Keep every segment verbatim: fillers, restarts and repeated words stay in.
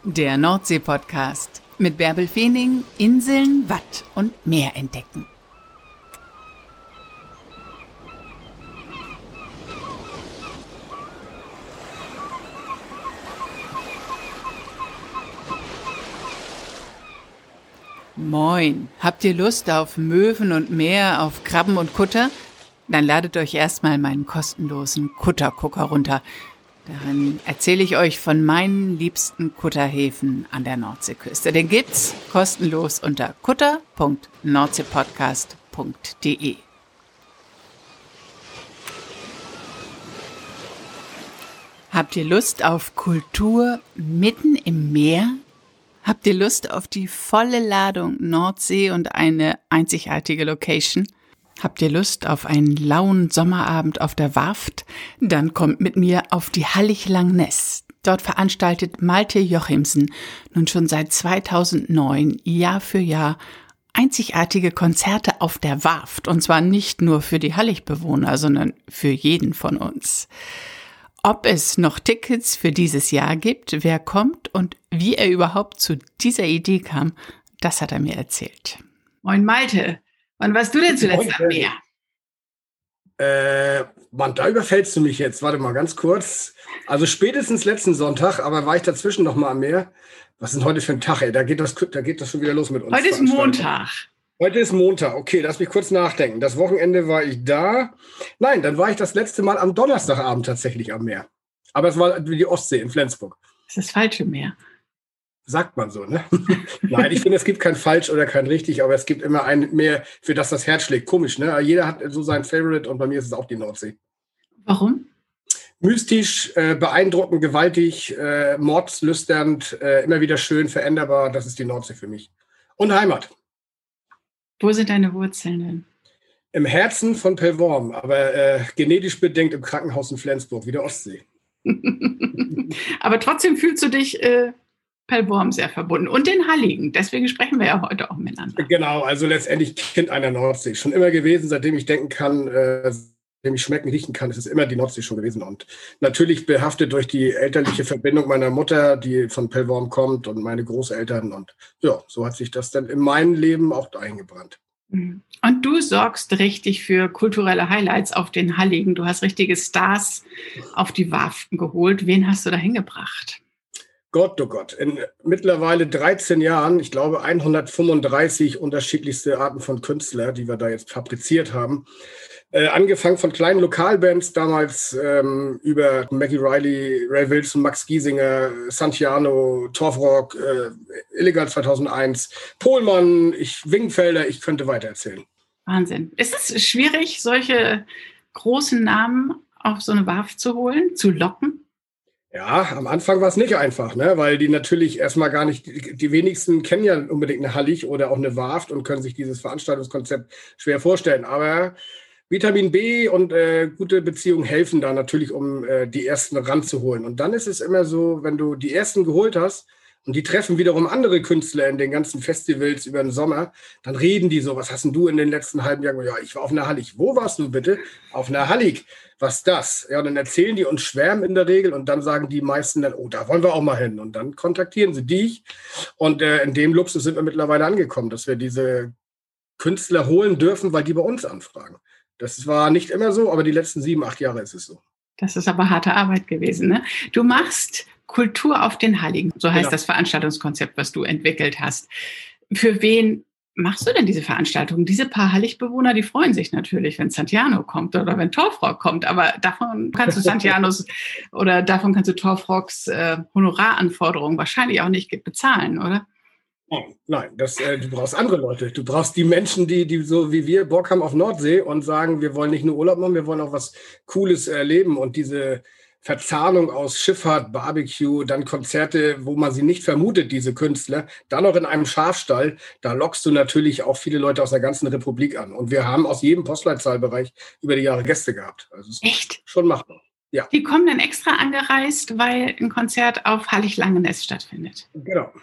Der Nordsee-Podcast mit Bärbel Feening, Inseln, Watt und Meer entdecken. Moin, habt ihr Lust auf Möwen und Meer, auf Krabben und Kutter? Dann ladet euch erstmal meinen kostenlosen Kuttergucker runter. Darin erzähle ich euch von meinen liebsten Kutterhäfen an der Nordseeküste. Den gibt's kostenlos unter kutter punkt nordseepodcast punkt de. Habt ihr Lust auf Kultur mitten im Meer? Habt ihr Lust auf die volle Ladung Nordsee und eine einzigartige Location? Habt ihr Lust auf einen lauen Sommerabend auf der Warft? Dann kommt mit mir auf die Hallig-Langness. Dort veranstaltet Malte Jochimsen nun schon seit zweitausendneun Jahr für Jahr einzigartige Konzerte auf der Warft. Und zwar nicht nur für die Hallig-Bewohner, sondern für jeden von uns. Ob es noch Tickets für dieses Jahr gibt, wer kommt und wie er überhaupt zu dieser Idee kam, das hat er mir erzählt. Moin Malte, wann warst du denn zuletzt Moin, am Meer? Äh, Mann, da überfällst du mich jetzt. Warte mal ganz kurz. Also spätestens letzten Sonntag, aber war ich dazwischen noch mal am Meer. Was ist denn heute für ein Tag, ey? Da geht das, da geht das schon wieder los mit uns. Heute ist Montag. Heute ist Montag. Okay, lass mich kurz nachdenken. Das Wochenende war ich da. Nein, dann war ich das letzte Mal am Donnerstagabend tatsächlich am Meer. Aber es war die Ostsee in Flensburg. Das ist das falsche Meer. Sagt man so, ne? Nein, ich finde, es gibt kein falsch oder kein richtig, aber es gibt immer ein Meer, für das das Herz schlägt. Komisch, ne? Jeder hat so sein Favorite und bei mir ist es auch die Nordsee. Warum? Mystisch, äh, beeindruckend, gewaltig, äh, mordslüsternd, äh, immer wieder schön, veränderbar. Das ist die Nordsee für mich. Und Heimat. Wo sind deine Wurzeln denn? Im Herzen von Pellworm, aber äh, genetisch bedingt im Krankenhaus in Flensburg, wie der Ostsee. Aber trotzdem fühlst du dich äh, Pellworm sehr verbunden und den Halligen. Deswegen sprechen wir ja heute auch miteinander. Genau, also letztendlich Kind einer Nordsee. Schon immer gewesen, seitdem ich denken kann, äh, seitdem ich schmecken, riechen kann, ist es immer die Nordsee schon gewesen. Und natürlich behaftet durch die elterliche Verbindung meiner Mutter, die von Pellworm kommt, und meine Großeltern. Und ja, so hat sich das dann in meinem Leben auch eingebrannt. Und du sorgst richtig für kulturelle Highlights auf den Halligen. Du hast richtige Stars auf die Warften geholt. Wen hast du da hingebracht? Gott, oh Gott, in mittlerweile dreizehn Jahren, ich glaube hundertfünfunddreißig unterschiedlichste Arten von Künstler, die wir da jetzt fabriziert haben. Äh, angefangen von kleinen Lokalbands damals ähm, über Maggie Riley, Ray Wilson, Max Giesinger, Santiano, Torfrock, äh, Illegal zweitausendeins, Pohlmann, ich, Wingfelder, ich könnte weitererzählen. Wahnsinn. Ist es schwierig, solche großen Namen auf so eine Warft zu holen, zu locken? Ja, am Anfang war es nicht einfach, ne? Weil die natürlich erstmal gar nicht, die, die wenigsten kennen ja unbedingt eine Hallig oder auch eine Warft und können sich dieses Veranstaltungskonzept schwer vorstellen. Aber Vitamin B und äh, gute Beziehungen helfen da natürlich, um äh, die Ersten ranzuholen. Und dann ist es immer so, wenn du die Ersten geholt hast und die treffen wiederum andere Künstler in den ganzen Festivals über den Sommer, dann reden die so, was hast denn du in den letzten halben Jahren? Ja, ich war auf einer Hallig. Wo warst du bitte? Auf einer Hallig. Was ist das? Ja, dann erzählen die und schwärmen in der Regel und dann sagen die meisten dann, oh, da wollen wir auch mal hin. Und dann kontaktieren sie dich. Und äh, in dem Luxus sind wir mittlerweile angekommen, dass wir diese Künstler holen dürfen, weil die bei uns anfragen. Das war nicht immer so, aber die letzten sieben, acht Jahre ist es so. Das ist aber harte Arbeit gewesen, ne? Du machst Kultur auf den Halligen, so heißt genau das Veranstaltungskonzept, was du entwickelt hast. Für wen machst du denn diese Veranstaltung? Diese paar Halligbewohner, die freuen sich natürlich, wenn Santiano kommt oder wenn Torfrock kommt, aber davon kannst du Santianos oder davon kannst du Torfrocks äh, Honoraranforderungen wahrscheinlich auch nicht bezahlen, oder? Nein, nein, das, äh, du brauchst andere Leute. Du brauchst die Menschen, die, die so wie wir Bock haben auf Nordsee und sagen, wir wollen nicht nur Urlaub machen, wir wollen auch was Cooles erleben. Und diese Verzahnung aus Schifffahrt, Barbecue, dann Konzerte, wo man sie nicht vermutet, diese Künstler, dann noch in einem Schafstall, da lockst du natürlich auch viele Leute aus der ganzen Republik an. Und wir haben aus jedem Postleitzahlbereich über die Jahre Gäste gehabt. Also es ist echt schon machbar. Ja. Die kommen dann extra angereist, weil ein Konzert auf Hallig-Langness stattfindet. Genau.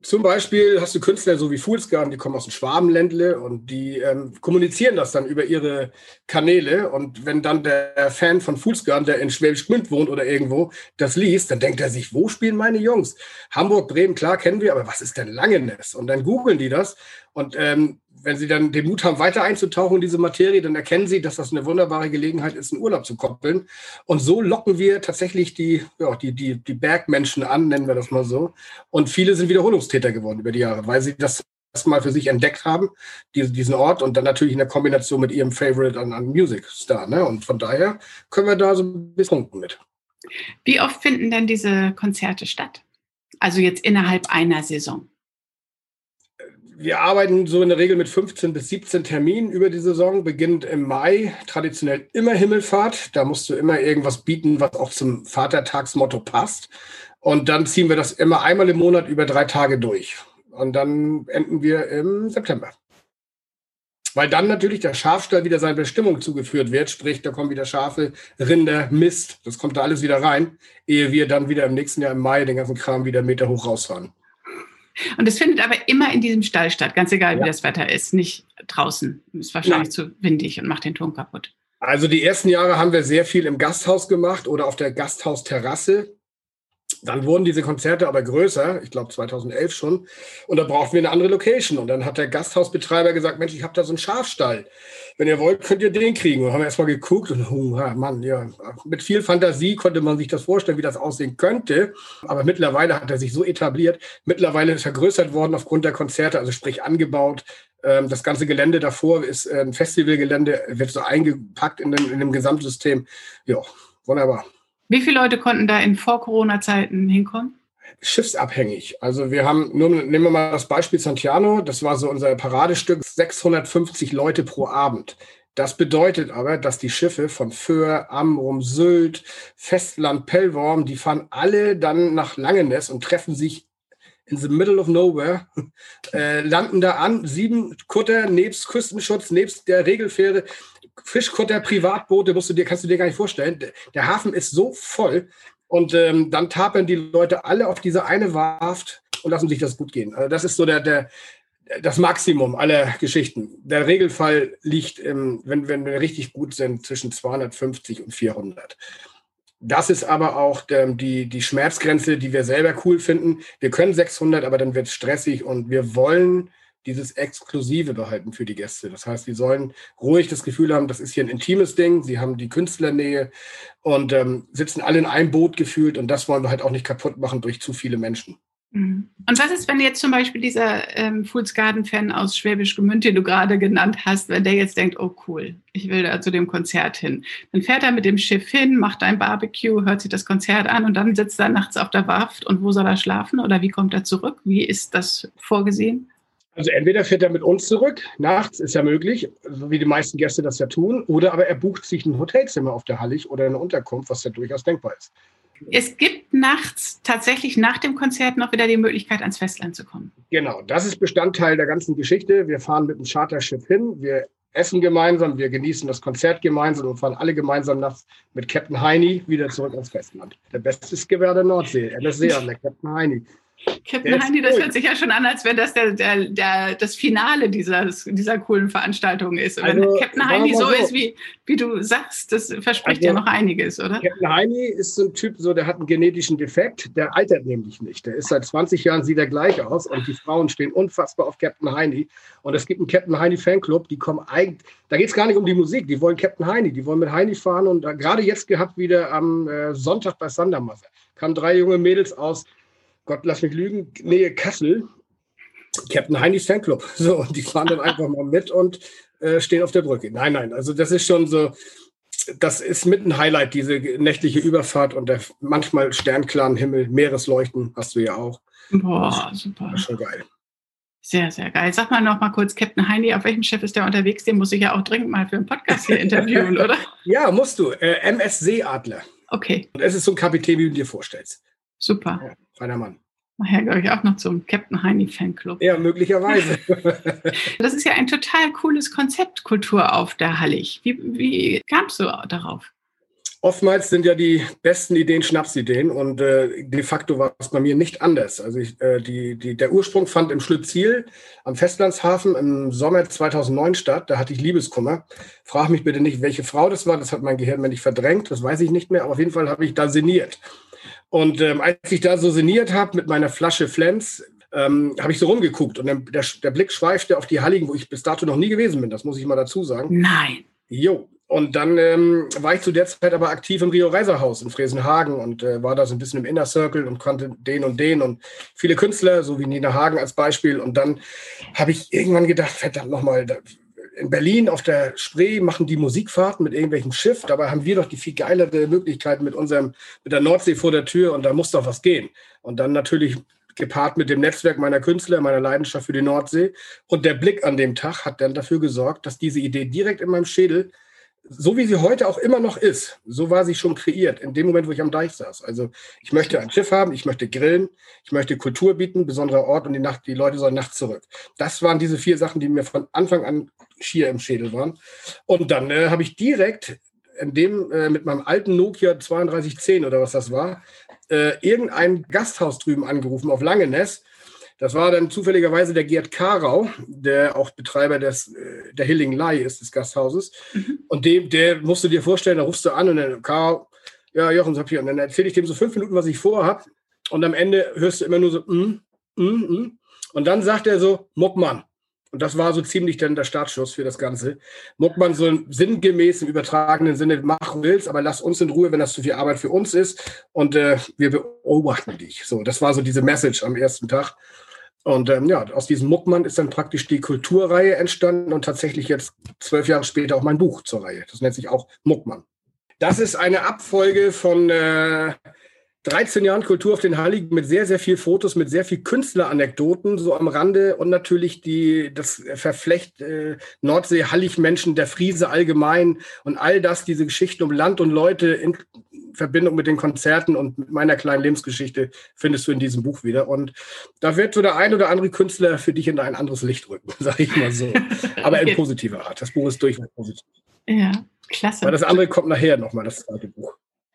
Zum Beispiel hast du Künstler so wie Fools Garden, die kommen aus dem Schwabenländle und die ähm, kommunizieren das dann über ihre Kanäle. Und wenn dann der Fan von Fools Garden, der in Schwäbisch Gmünd wohnt oder irgendwo, das liest, dann denkt er sich, wo spielen meine Jungs? Hamburg, Bremen, klar, kennen wir, aber was ist denn Langeness? Und dann googeln die das. Und ähm, wenn sie dann den Mut haben, weiter einzutauchen in diese Materie, dann erkennen sie, dass das eine wunderbare Gelegenheit ist, einen Urlaub zu koppeln. Und so locken wir tatsächlich die, ja, die, die, die Bergmenschen an, nennen wir das mal so. Und viele sind Wiederholungstäter geworden über die Jahre, weil sie das erstmal für sich entdeckt haben, diese, diesen Ort, und dann natürlich in der Kombination mit ihrem Favorite an, an Music Star. Ne? Und von daher können wir da so ein bisschen punkten mit. Wie oft finden denn diese Konzerte statt? Also jetzt innerhalb einer Saison? Wir arbeiten so in der Regel mit fünfzehn bis siebzehn Terminen über die Saison, beginnt im Mai, traditionell immer Himmelfahrt. Da musst du immer irgendwas bieten, was auch zum Vatertagsmotto passt. Und dann ziehen wir das immer einmal im Monat über drei Tage durch. Und dann enden wir im September. Weil dann natürlich der Schafstall wieder seiner Bestimmung zugeführt wird. Sprich, da kommen wieder Schafe, Rinder, Mist. Das kommt da alles wieder rein, ehe wir dann wieder im nächsten Jahr im Mai den ganzen Kram wieder Meter hoch rausfahren. Und es findet aber immer in diesem Stall statt, ganz egal, wie Ja. das Wetter ist, nicht draußen. Ist wahrscheinlich Nein. zu windig und macht den Ton kaputt. Also die ersten Jahre haben wir sehr viel im Gasthaus gemacht oder auf der Gasthausterrasse. Dann wurden diese Konzerte aber größer, ich glaube zweitausendelf schon, und da brauchten wir eine andere Location. Und dann hat der Gasthausbetreiber gesagt, Mensch, ich habe da so einen Schafstall. Wenn ihr wollt, könnt ihr den kriegen. Und haben wir erstmal geguckt und, oh, Mann, ja, mit viel Fantasie konnte man sich das vorstellen, wie das aussehen könnte. Aber mittlerweile hat er sich so etabliert. Mittlerweile ist er vergrößert worden aufgrund der Konzerte, also sprich angebaut. Das ganze Gelände davor ist ein Festivalgelände, wird so eingepackt in dem, in dem Gesamtsystem. Ja, wunderbar. Wie viele Leute konnten da in Vor-Corona-Zeiten hinkommen? Schiffsabhängig. Also wir haben, nur nehmen wir mal das Beispiel Santiano, das war so unser Paradestück, sechshundertfünfzig Leute pro Abend. Das bedeutet aber, dass die Schiffe von Föhr, Amrum, Sylt, Festland, Pellworm, die fahren alle dann nach Langeness und treffen sich in the middle of nowhere, äh, landen da an, sieben Kutter nebst Küstenschutz, nebst der Regelfähre, Fischkutter, Privatboote, musst du dir, kannst du dir gar nicht vorstellen. Der Hafen ist so voll und ähm, dann tapern die Leute alle auf diese eine Warft und lassen sich das gut gehen. Also das ist so der, der, das Maximum aller Geschichten. Der Regelfall liegt, ähm, wenn, wenn wir richtig gut sind, zwischen zweihundertfünfzig und vierhundert. Das ist aber auch ähm, die, die Schmerzgrenze, die wir selber cool finden. Wir können sechshundert, aber dann wird es stressig und wir wollen dieses Exklusive behalten für die Gäste. Das heißt, sie sollen ruhig das Gefühl haben, das ist hier ein intimes Ding. Sie haben die Künstlernähe und ähm, sitzen alle in einem Boot gefühlt. Und das wollen wir halt auch nicht kaputt machen durch zu viele Menschen. Mhm. Und was ist, wenn jetzt zum Beispiel dieser ähm, Fools Garden-Fan aus Schwäbisch Gmünd, den du gerade genannt hast, wenn der jetzt denkt, oh cool, ich will da zu dem Konzert hin. Dann fährt er mit dem Schiff hin, macht ein Barbecue, hört sich das Konzert an und dann sitzt er nachts auf der Warft. Und wo soll er schlafen oder wie kommt er zurück? Wie ist das vorgesehen? Also entweder fährt er mit uns zurück, nachts ist ja möglich, so wie die meisten Gäste das ja tun, oder aber er bucht sich ein Hotelzimmer auf der Hallig oder eine Unterkunft, was ja durchaus denkbar ist. Es gibt nachts tatsächlich nach dem Konzert noch wieder die Möglichkeit, ans Festland zu kommen. Genau, das ist Bestandteil der ganzen Geschichte. Wir fahren mit dem Charterschiff hin, wir essen gemeinsam, wir genießen das Konzert gemeinsam und fahren alle gemeinsam nachts mit Captain Heini wieder zurück ans Festland. Der beste Skipper der Nordsee, M S C-Adler, Captain Heini. Captain Heini, das hört sich ja schon an, als wenn das der, der, der, das Finale dieser, dieser coolen Veranstaltung ist. Oder Also, Captain Heini so, so ist, wie, wie du sagst, das verspricht also, ja noch einiges, oder? Captain Heini ist so ein Typ, so, der hat einen genetischen Defekt, der altert nämlich nicht. Der ist seit zwanzig Jahren, sieht er gleich aus und die Frauen stehen unfassbar auf Captain Heini. Und es gibt einen Captain Heini Fanclub, die kommen eigentlich, da geht es gar nicht um die Musik, die wollen Captain Heini, die wollen mit Heini fahren und äh, gerade jetzt gehabt wieder am äh, Sonntag bei Sandermasse kamen drei junge Mädels aus, Gott, lass mich lügen, Nähe Kassel, Captain Heinis Fanclub. So, und die fahren dann einfach mal mit und äh, stehen auf der Brücke. Nein, nein, also das ist schon so, das ist mit ein Highlight, diese nächtliche Überfahrt und der manchmal sternklaren Himmel, Meeresleuchten hast du ja auch. Boah, super. Das ist schon geil. Sehr, sehr geil. Sag mal noch mal kurz, Captain Heini, auf welchem Schiff ist der unterwegs? Den muss ich ja auch dringend mal für einen Podcast hier interviewen, oder? Ja, musst du. Äh, M S C-Adler. Okay. Und es ist so ein Kapitän, wie du dir vorstellst. Super. Ja, feiner Mann. Nachher glaube ich auch noch zum Captain Heini Fanclub. Ja, möglicherweise. Das ist ja ein total cooles Konzept, Kultur auf der Hallig. Wie, wie kamst du darauf? Oftmals sind ja die besten Ideen Schnapsideen und äh, de facto war es bei mir nicht anders. Also ich, äh, die, die, der Ursprung fand im Schlütziel am Festlandshafen im Sommer zweitausendneun statt. Da hatte ich Liebeskummer. Frag mich bitte nicht, welche Frau das war. Das hat mein Gehirn mir nicht verdrängt. Das weiß ich nicht mehr. Aber auf jeden Fall habe ich da sinniert. Und ähm, als ich da so sinniert habe mit meiner Flasche Flens, ähm, habe ich so rumgeguckt. Und der, der Blick schweifte auf die Halligen, wo ich bis dato noch nie gewesen bin. Das muss ich mal dazu sagen. Nein. Jo. Und dann ähm, war ich zu der Zeit aber aktiv im Rio Reiser Haus in Fresenhagen und äh, war da so ein bisschen im Inner Circle und kannte den und den und viele Künstler, so wie Nina Hagen als Beispiel. Und dann habe ich irgendwann gedacht, verdammt nochmal, in Berlin auf der Spree machen die Musikfahrten mit irgendwelchem Schiff. Dabei haben wir doch die viel geilere Möglichkeit mit unserem, mit der Nordsee vor der Tür und da muss doch was gehen. Und dann natürlich gepaart mit dem Netzwerk meiner Künstler, meiner Leidenschaft für die Nordsee. Und der Blick an dem Tag hat dann dafür gesorgt, dass diese Idee direkt in meinem Schädel, so wie sie heute auch immer noch ist, so war sie schon kreiert, in dem Moment, wo ich am Deich saß. Also ich möchte ein Schiff haben, ich möchte grillen, ich möchte Kultur bieten, besonderer Ort und die, Nacht, die Leute sollen nachts zurück. Das waren diese vier Sachen, die mir von Anfang an schier im Schädel waren. Und dann äh, habe ich direkt in dem, äh, mit meinem alten Nokia zweiunddreißig zehn oder was das war, äh, irgendein Gasthaus drüben angerufen auf Langeness. Das war dann zufälligerweise der Gerd Karau, der auch Betreiber des, der Hillinglei ist, des Gasthauses. Mhm. Und dem, der musst du dir vorstellen, da rufst du an und dann, Karau, ja, Jochen, hab hier. Und dann erzähle ich dem so fünf Minuten, was ich vorhab. Und am Ende hörst du immer nur so, mm, mm, mm. Und dann sagt er so, Muckmann. Und das war so ziemlich dann der Startschuss für das Ganze. Muckmann so sinngemäß im übertragenen Sinne, mach willst, aber lass uns in Ruhe, wenn das zu viel Arbeit für uns ist. Und äh, wir beobachten dich. So, das war so diese Message am ersten Tag. Und ähm, ja, aus diesem Muckmann ist dann praktisch die Kulturreihe entstanden und tatsächlich jetzt zwölf Jahre später auch mein Buch zur Reihe. Das nennt sich auch Muckmann. Das ist eine Abfolge von äh, dreizehn Jahren Kultur auf den Halligen mit sehr, sehr viel Fotos, mit sehr viel Künstleranekdoten so am Rande und natürlich die, das Verflecht äh, Nordsee-Hallig-Menschen, der Friese allgemein und all das, diese Geschichten um Land und Leute in Verbindung mit den Konzerten und mit meiner kleinen Lebensgeschichte findest du in diesem Buch wieder. Und da wird so der ein oder andere Künstler für dich in ein anderes Licht rücken, sage ich mal so. Aber in positiver Art. Das Buch ist durchweg positiv. Ja, klasse. Weil das andere kommt nachher nochmal, das zweite Buch.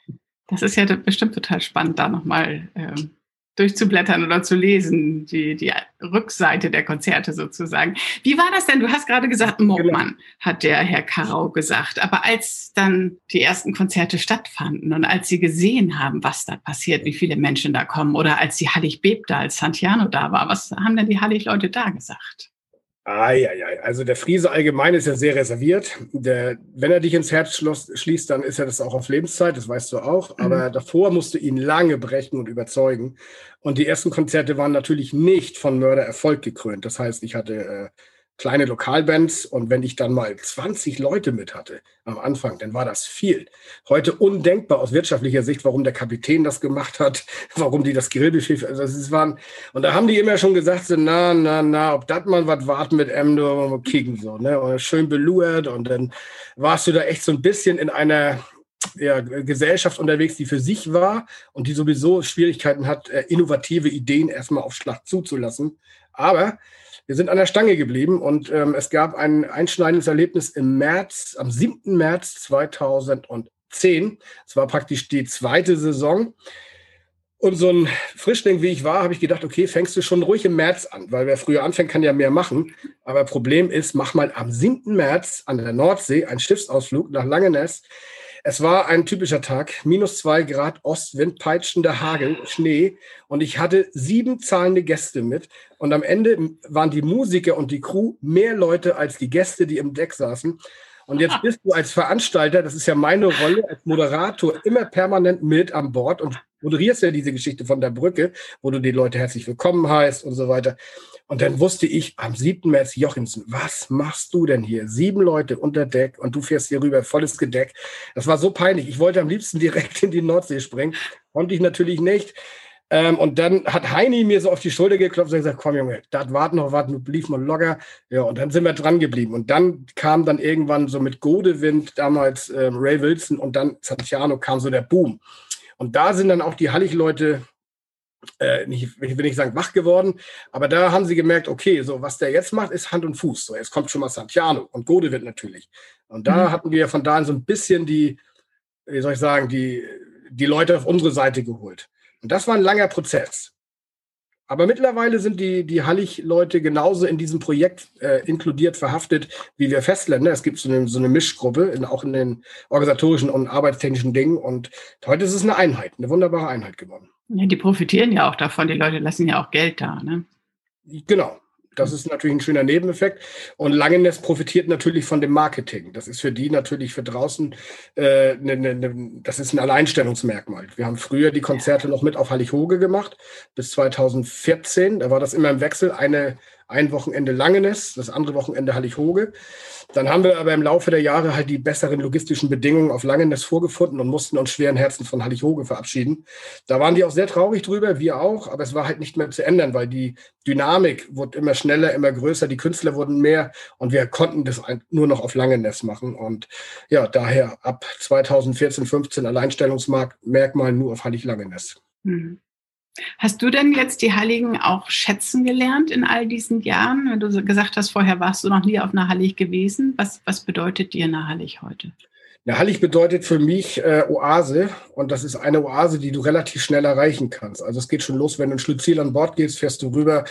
Das ist ja bestimmt total spannend, da nochmal ähm, durchzublättern oder zu lesen, die, die Rückseite der Konzerte sozusagen. Wie war das denn? Du hast gerade gesagt, Muckmann, genau, hat der Herr Karau gesagt. Aber als dann die ersten Konzerte stattfanden und als Sie gesehen haben, was da passiert, wie viele Menschen da kommen oder als die Hallig bebte, als Santiano da war, was haben denn die Hallig-Leute da gesagt? Ah, ja, ja. Also der Friese allgemein ist ja sehr reserviert. Der, wenn er dich ins Herz schloss, schließt, dann ist er das auch auf Lebenszeit, das weißt du auch. Mhm. Aber davor musst du ihn lange brechen und überzeugen. Und die ersten Konzerte waren natürlich nicht von Mördererfolg gekrönt. Das heißt, ich hatte äh, kleine Lokalbands und wenn ich dann mal zwanzig Leute mit hatte am Anfang, dann war das viel. Heute undenkbar aus wirtschaftlicher Sicht, warum der Kapitän das gemacht hat, warum die das Grillbuffet, also es waren, und da haben die immer schon gesagt, so, na, na, na, ob das mal was warten mit Emdo, kicken, so, ne, und schön beluert und dann warst du da echt so ein bisschen in einer, ja, Gesellschaft unterwegs, die für sich war und die sowieso Schwierigkeiten hat, innovative Ideen erstmal auf Schlag zuzulassen. Aber wir sind an der Stange geblieben und ähm, es gab ein einschneidendes Erlebnis im März, am siebten März zweitausendzehn. Es war praktisch die zweite Saison. Und so ein Frischling, wie ich war, habe ich gedacht, okay, fängst du schon ruhig im März an, weil wer früher anfängt, kann ja mehr machen. Aber Problem ist, mach mal am siebten März an der Nordsee einen Schiffsausflug nach Langeness. Es war ein typischer Tag, minus zwei Grad Ostwind, peitschender Hagel, Schnee und ich hatte sieben zahlende Gäste mit und am Ende waren die Musiker und die Crew mehr Leute als die Gäste, die im Deck saßen. Und jetzt bist du als Veranstalter, das ist ja meine Rolle als Moderator, immer permanent mit an Bord und moderierst ja diese Geschichte von der Brücke, wo du die Leute herzlich willkommen heißt und so weiter. Und dann wusste ich am siebten März, Jochensen, was machst du denn hier? Sieben Leute unter Deck und du fährst hier rüber, volles Gedeck. Das war so peinlich. Ich wollte am liebsten direkt in die Nordsee springen. Konnte ich natürlich nicht. Ähm, und dann hat Heini mir so auf die Schulter geklopft und gesagt, komm Junge, das wart noch, wart, blieb mal locker. Ja, und dann sind wir dran geblieben. Und dann kam dann irgendwann so mit Godewind, damals ähm, Ray Wilson und dann Santiano kam so der Boom. Und da sind dann auch die Hallig-Leute, äh, nicht, ich will nicht sagen wach geworden, aber da haben sie gemerkt, okay, so was der jetzt macht, ist Hand und Fuß. So, jetzt kommt schon mal Santiano und Godewind natürlich. Und da mhm. hatten wir von da an so ein bisschen die wie soll ich sagen, die, die Leute auf unsere Seite geholt. Und das war ein langer Prozess. Aber mittlerweile sind die, die Hallig-Leute genauso in diesem Projekt äh, inkludiert, verhaftet, wie wir Festländer. Es gibt so eine, so eine Mischgruppe, in, auch in den organisatorischen und arbeitstechnischen Dingen. Und heute ist es eine Einheit, eine wunderbare Einheit geworden. Ja, die profitieren ja auch davon. Die Leute lassen ja auch Geld da, ne? Genau. Das ist natürlich ein schöner Nebeneffekt. Und Langeness profitiert natürlich von dem Marketing. Das ist für die natürlich für draußen, äh, ne, ne, ne, das ist ein Alleinstellungsmerkmal. Wir haben früher die Konzerte noch mit auf Hallig-Hoge gemacht, bis zweitausendvierzehn. Da war das immer im Wechsel. Eine, ein Wochenende Langeness, das andere Wochenende Hallig-Hoge. Dann haben wir aber im Laufe der Jahre halt die besseren logistischen Bedingungen auf Langeness vorgefunden und mussten uns schweren Herzens von Hallig-Hoge verabschieden. Da waren die auch sehr traurig drüber, wir auch, aber es war halt nicht mehr zu ändern, weil die Dynamik wurde immer schneller, immer größer, die Künstler wurden mehr und wir konnten das nur noch auf Langeness machen. Und ja, daher ab zweitausendvierzehn, fünfzehn Alleinstellungsmerkmal nur auf Hallig-Langeness. Hm. Hast du denn jetzt die Halligen auch schätzen gelernt in all diesen Jahren? Wenn du gesagt hast, vorher warst du noch nie auf einer Hallig gewesen. Was, was bedeutet dir eine Hallig heute? Eine Hallig bedeutet für mich äh, Oase und das ist eine Oase, die du relativ schnell erreichen kannst. Also es geht schon los, wenn du in Schlütziel an Bord gehst, fährst du rüber.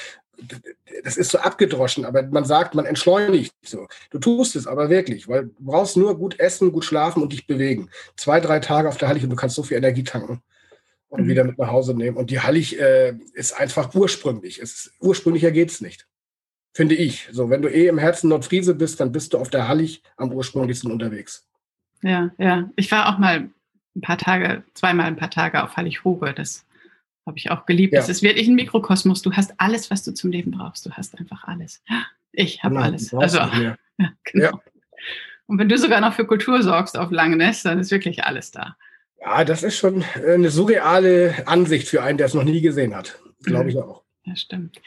Das ist so abgedroschen, aber man sagt, man entschleunigt so. Du tust es aber wirklich, weil du brauchst nur gut essen, gut schlafen und dich bewegen. Zwei, drei Tage auf der Hallig und du kannst so viel Energie tanken und mhm. wieder mit nach Hause nehmen. Und die Hallig äh, ist einfach ursprünglich. Es ist, ursprünglicher geht's nicht, finde ich. So, wenn du eh im Herzen Nordfriese bist, dann bist du auf der Hallig am ursprünglichsten unterwegs. Ja, ja. Ich war auch mal ein paar Tage, zweimal ein paar Tage auf Hallig-Hoge. Das habe ich auch geliebt. Ja. Das ist wirklich ein Mikrokosmos. Du hast alles, was du zum Leben brauchst. Du hast einfach alles. Ich habe Genau, alles. Also, ja, genau. Ja. Und wenn du sogar noch für Kultur sorgst auf Langeness, dann ist wirklich alles da. Ja, das ist schon eine surreale Ansicht für einen, der es noch nie gesehen hat. Glaube ich auch. Ja, stimmt.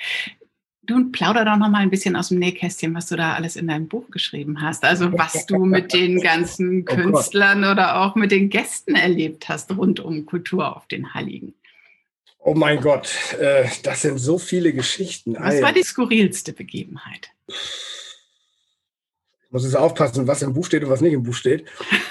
Du plauder doch noch mal ein bisschen aus dem Nähkästchen, was du da alles in deinem Buch geschrieben hast. Also was du mit den ganzen Oh Künstlern oder auch mit den Gästen erlebt hast rund um Kultur auf den Halligen. Oh mein Gott, äh, das sind so viele Geschichten. Was war die skurrilste Begebenheit? Ich muss jetzt aufpassen, was im Buch steht und was nicht im Buch steht.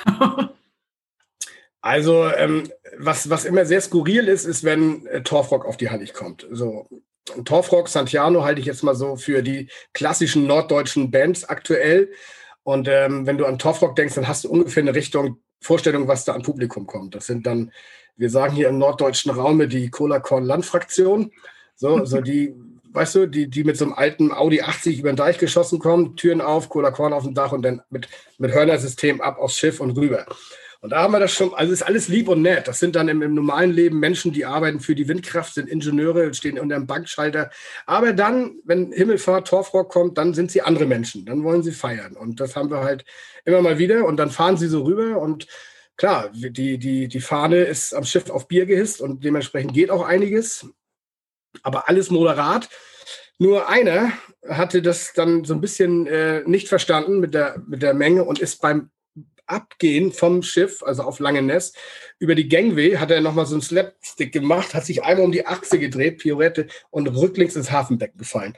Also, ähm, was, was immer sehr skurril ist, ist, wenn äh, Torfrock auf die Hallig kommt. So, Torfrock, Santiano halte ich jetzt mal so für die klassischen norddeutschen Bands aktuell. Und ähm, wenn du an Torfrock denkst, dann hast du ungefähr eine Richtung, Vorstellung, was da an Publikum kommt. Das sind dann, wir sagen hier im norddeutschen Raume, die Cola-Korn-Land-Fraktion. So, so die, weißt du, die, die mit so einem alten Audi achtzig über den Deich geschossen kommen, Türen auf, Cola-Korn auf dem Dach und dann mit, mit Hörnersystem ab aufs Schiff und rüber. Und da haben wir das schon, also ist alles lieb und nett. Das sind dann im, im normalen Leben Menschen, die arbeiten für die Windkraft, sind Ingenieure, stehen unter einem Bankschalter. Aber dann, wenn Himmelfahrt, Torfrock kommt, dann sind sie andere Menschen. Dann wollen sie feiern. Und das haben wir halt immer mal wieder. Und dann fahren sie so rüber. Und klar, die, die, die Fahne ist am Schiff auf Bier gehisst und dementsprechend geht auch einiges. Aber alles moderat. Nur einer hatte das dann so ein bisschen äh, nicht verstanden mit der, mit der Menge und ist beim Abgehen vom Schiff, also auf Langeness, über die Gangway hat er nochmal so einen Slapstick gemacht, hat sich einmal um die Achse gedreht, Pirouette, und rücklings ins Hafenbecken gefallen.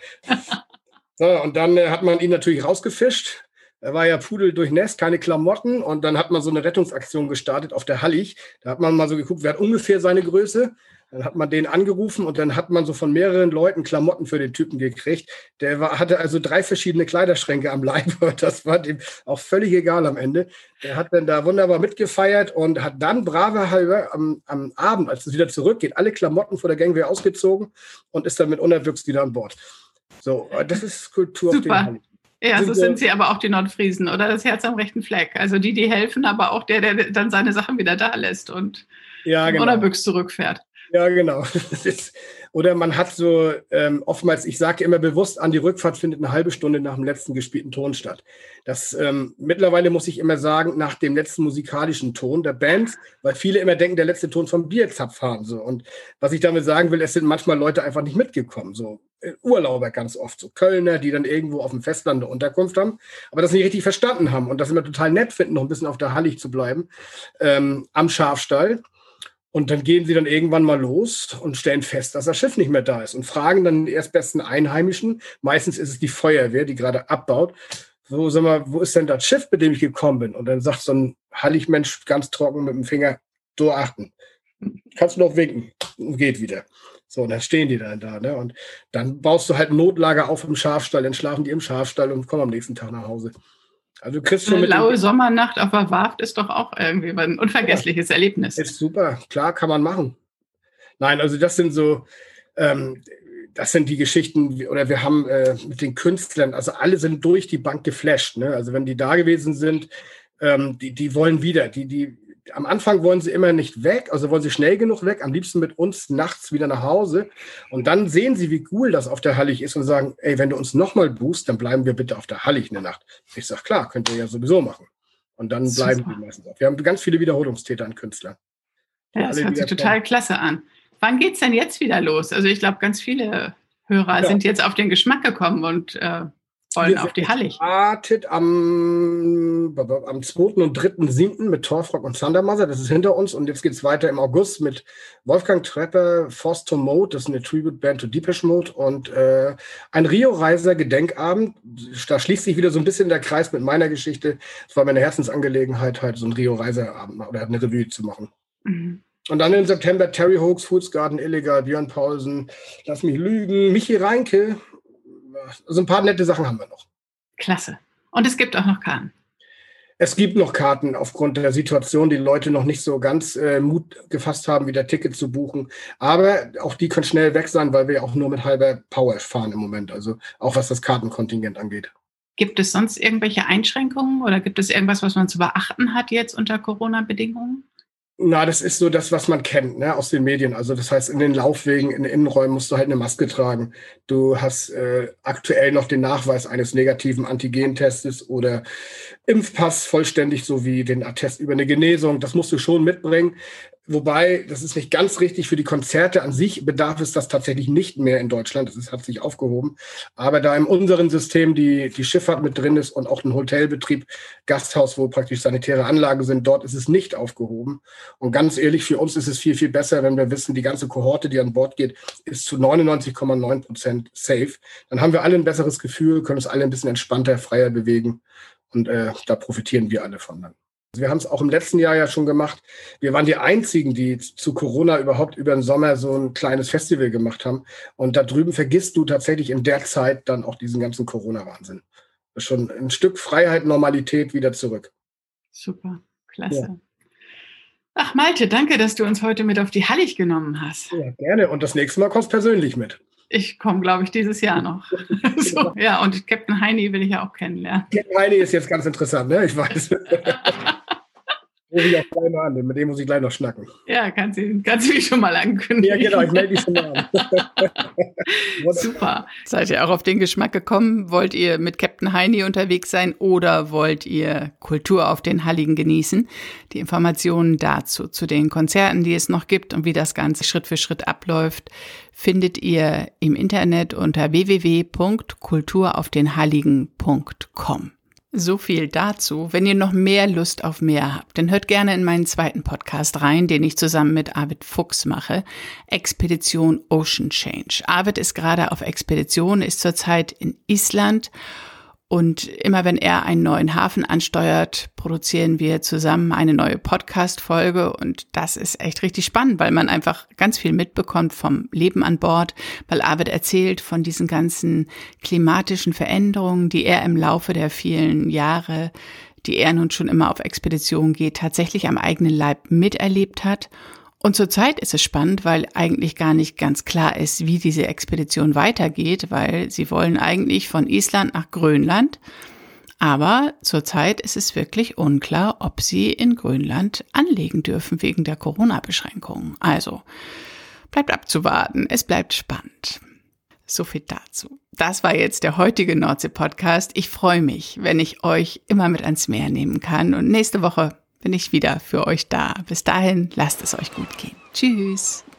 So, und dann äh, hat man ihn natürlich rausgefischt. Er war ja pudeldurchnässt, keine Klamotten. Und dann hat man so eine Rettungsaktion gestartet auf der Hallig. Da hat man mal so geguckt, wer hat ungefähr seine Größe. Dann hat man den angerufen und dann hat man so von mehreren Leuten Klamotten für den Typen gekriegt. Der war, hatte also drei verschiedene Kleiderschränke am Leib. Das war dem auch völlig egal am Ende. Der hat dann da wunderbar mitgefeiert und hat dann braverhalber am, am Abend, als es wieder zurückgeht, alle Klamotten vor der Gangway ausgezogen und ist dann mit unerwürzt wieder an Bord. So, das ist Kultur. Super. Auf den Hallig. Ja, sind so sind sie aber auch, die Nordfriesen, oder? Das Herz am rechten Fleck. Also die, die helfen, aber auch der, der dann seine Sachen wieder da lässt und ja, genau. unerwürzt zurückfährt. Ja, genau. Oder man hat so ähm, oftmals, ich sage immer bewusst, an die Rückfahrt findet eine halbe Stunde nach dem letzten gespielten Ton statt. Das ähm, mittlerweile muss ich immer sagen, nach dem letzten musikalischen Ton der Band, weil viele immer denken, der letzte Ton vom Bierzapfhahn. So. Und was ich damit sagen will, es sind manchmal Leute einfach nicht mitgekommen. So Urlauber ganz oft, so Kölner, die dann irgendwo auf dem Festland eine Unterkunft haben, aber das nicht richtig verstanden haben und das immer total nett finden, noch ein bisschen auf der Hallig zu bleiben, ähm, am Schafstall. Und dann gehen sie dann irgendwann mal los und stellen fest, dass das Schiff nicht mehr da ist und fragen dann den erstbesten Einheimischen. Meistens ist es die Feuerwehr, die gerade abbaut. wo, sag mal, wo ist denn das Schiff, mit dem ich gekommen bin? Und dann sagt so ein Halligmensch ganz trocken mit dem Finger, du achten. Kannst du noch winken. Und geht wieder. So, und dann stehen die dann da, ne? Und dann baust du halt ein Notlager auf im Schafstall, dann schlafen die im Schafstall und kommen am nächsten Tag nach Hause. Also du kriegst schon Eine mit laue Sommernacht auf der Warft ist doch auch irgendwie ein unvergessliches ja, Erlebnis. Ist super, klar, kann man machen. Nein, also das sind so, ähm, das sind die Geschichten, oder wir haben äh, mit den Künstlern, also alle sind durch die Bank geflasht, ne? Also wenn die da gewesen sind, ähm, die, die wollen wieder, die, die, am Anfang wollen sie immer nicht weg, also wollen sie schnell genug weg, am liebsten mit uns nachts wieder nach Hause. Und dann sehen sie, wie cool das auf der Hallig ist und sagen, ey, wenn du uns nochmal buchst, dann bleiben wir bitte auf der Hallig eine Nacht. Ich sage, klar, könnt ihr ja sowieso machen. Und dann Super. bleiben die meistens auf. Wir haben ganz viele Wiederholungstäter an Künstlern. Ja, das hört sich total klasse an. Wann geht's denn jetzt wieder los? Also ich glaube, ganz viele Hörer ja. sind jetzt auf den Geschmack gekommen und äh, wollen auf die Hallig. Startet am, am zweiten und dritten siebten mit Torfrock und Thundermother, das ist hinter uns. Und jetzt geht es weiter im August mit Wolfgang Trepper, Forced to Mode, das ist eine Tribute-Band to Depeche Mode. Und äh, ein Rio-Reiser-Gedenkabend. Da schließt sich wieder so ein bisschen der Kreis mit meiner Geschichte. Es war meine Herzensangelegenheit, halt so ein Rio-Reiser-Abend oder eine Revue zu machen. Mhm. Und dann im September Terry Hoax, Fools Garden, Illegal, Björn Paulsen, Lass mich lügen, Michi Reinke. Also ein paar nette Sachen haben wir noch. Klasse. Und es gibt auch noch Karten. Es gibt noch Karten aufgrund der Situation, die Leute noch nicht so ganz äh, Mut gefasst haben, wieder Ticket zu buchen. Aber auch die können schnell weg sein, weil wir auch nur mit halber Power fahren im Moment. Also auch was das Kartenkontingent angeht. Gibt es sonst irgendwelche Einschränkungen oder gibt es irgendwas, was man zu beachten hat jetzt unter Corona-Bedingungen? Na, das ist so das, was man kennt, ne, aus den Medien. Also das heißt, in den Laufwegen, in den Innenräumen musst du halt eine Maske tragen. Du hast äh, aktuell noch den Nachweis eines negativen Antigentestes oder Impfpass vollständig sowie den Attest über eine Genesung. Das musst du schon mitbringen. Wobei, das ist nicht ganz richtig, für die Konzerte an sich bedarf es das tatsächlich nicht mehr in Deutschland. Das ist, hat sich aufgehoben. Aber da in unserem System die, die Schifffahrt mit drin ist und auch ein Hotelbetrieb, Gasthaus, wo praktisch sanitäre Anlagen sind, dort ist es nicht aufgehoben. Und ganz ehrlich, für uns ist es viel, viel besser, wenn wir wissen, die ganze Kohorte, die an Bord geht, ist zu neunundneunzig Komma neun Prozent safe. Dann haben wir alle ein besseres Gefühl, können uns alle ein bisschen entspannter, freier bewegen. Und äh, da profitieren wir alle von dann. Wir haben es auch im letzten Jahr ja schon gemacht. Wir waren die Einzigen, die zu Corona überhaupt über den Sommer so ein kleines Festival gemacht haben. Und da drüben vergisst du tatsächlich in der Zeit dann auch diesen ganzen Corona-Wahnsinn. Das ist schon ein Stück Freiheit, Normalität wieder zurück. Super, klasse. Ja. Ach Malte, danke, dass du uns heute mit auf die Hallig genommen hast. Ja, gerne. Und das nächste Mal kommst du persönlich mit. Ich komme, glaube ich, dieses Jahr noch. So, ja, und Captain Heini will ich ja auch kennenlernen. Captain Heini ist jetzt ganz interessant, ne? Ich weiß. Ruf ich auch gleich mal an, mit dem muss ich gleich noch schnacken. Ja, kannst du kannst mich schon mal ankündigen. Ja, genau, ich melde dich schon mal an. Super. Seid ihr auch auf den Geschmack gekommen? Wollt ihr mit Captain Heini unterwegs sein oder wollt ihr Kultur auf den Halligen genießen? Die Informationen dazu, zu den Konzerten, die es noch gibt und wie das Ganze Schritt für Schritt abläuft, findet ihr im Internet unter w w w punkt kultur auf den halligen punkt com. So viel dazu. Wenn ihr noch mehr Lust auf mehr habt, dann hört gerne in meinen zweiten Podcast rein, den ich zusammen mit Arvid Fuchs mache. Expedition Ocean Change. Arvid ist gerade auf Expedition, ist zurzeit in Island. Und immer wenn er einen neuen Hafen ansteuert, produzieren wir zusammen eine neue Podcast-Folge. Und das ist echt richtig spannend, weil man einfach ganz viel mitbekommt vom Leben an Bord, weil Arvid erzählt von diesen ganzen klimatischen Veränderungen, die er im Laufe der vielen Jahre, die er nun schon immer auf Expedition geht, tatsächlich am eigenen Leib miterlebt hat. Und zurzeit ist es spannend, weil eigentlich gar nicht ganz klar ist, wie diese Expedition weitergeht, weil sie wollen eigentlich von Island nach Grönland. Aber zurzeit ist es wirklich unklar, ob sie in Grönland anlegen dürfen wegen der Corona-Beschränkungen. Also bleibt abzuwarten, es bleibt spannend. So viel dazu. Das war jetzt der heutige Nordsee-Podcast. Ich freue mich, wenn ich euch immer mit ans Meer nehmen kann. Und nächste Woche bin ich wieder für euch da. Bis dahin, lasst es euch gut gehen. Tschüss.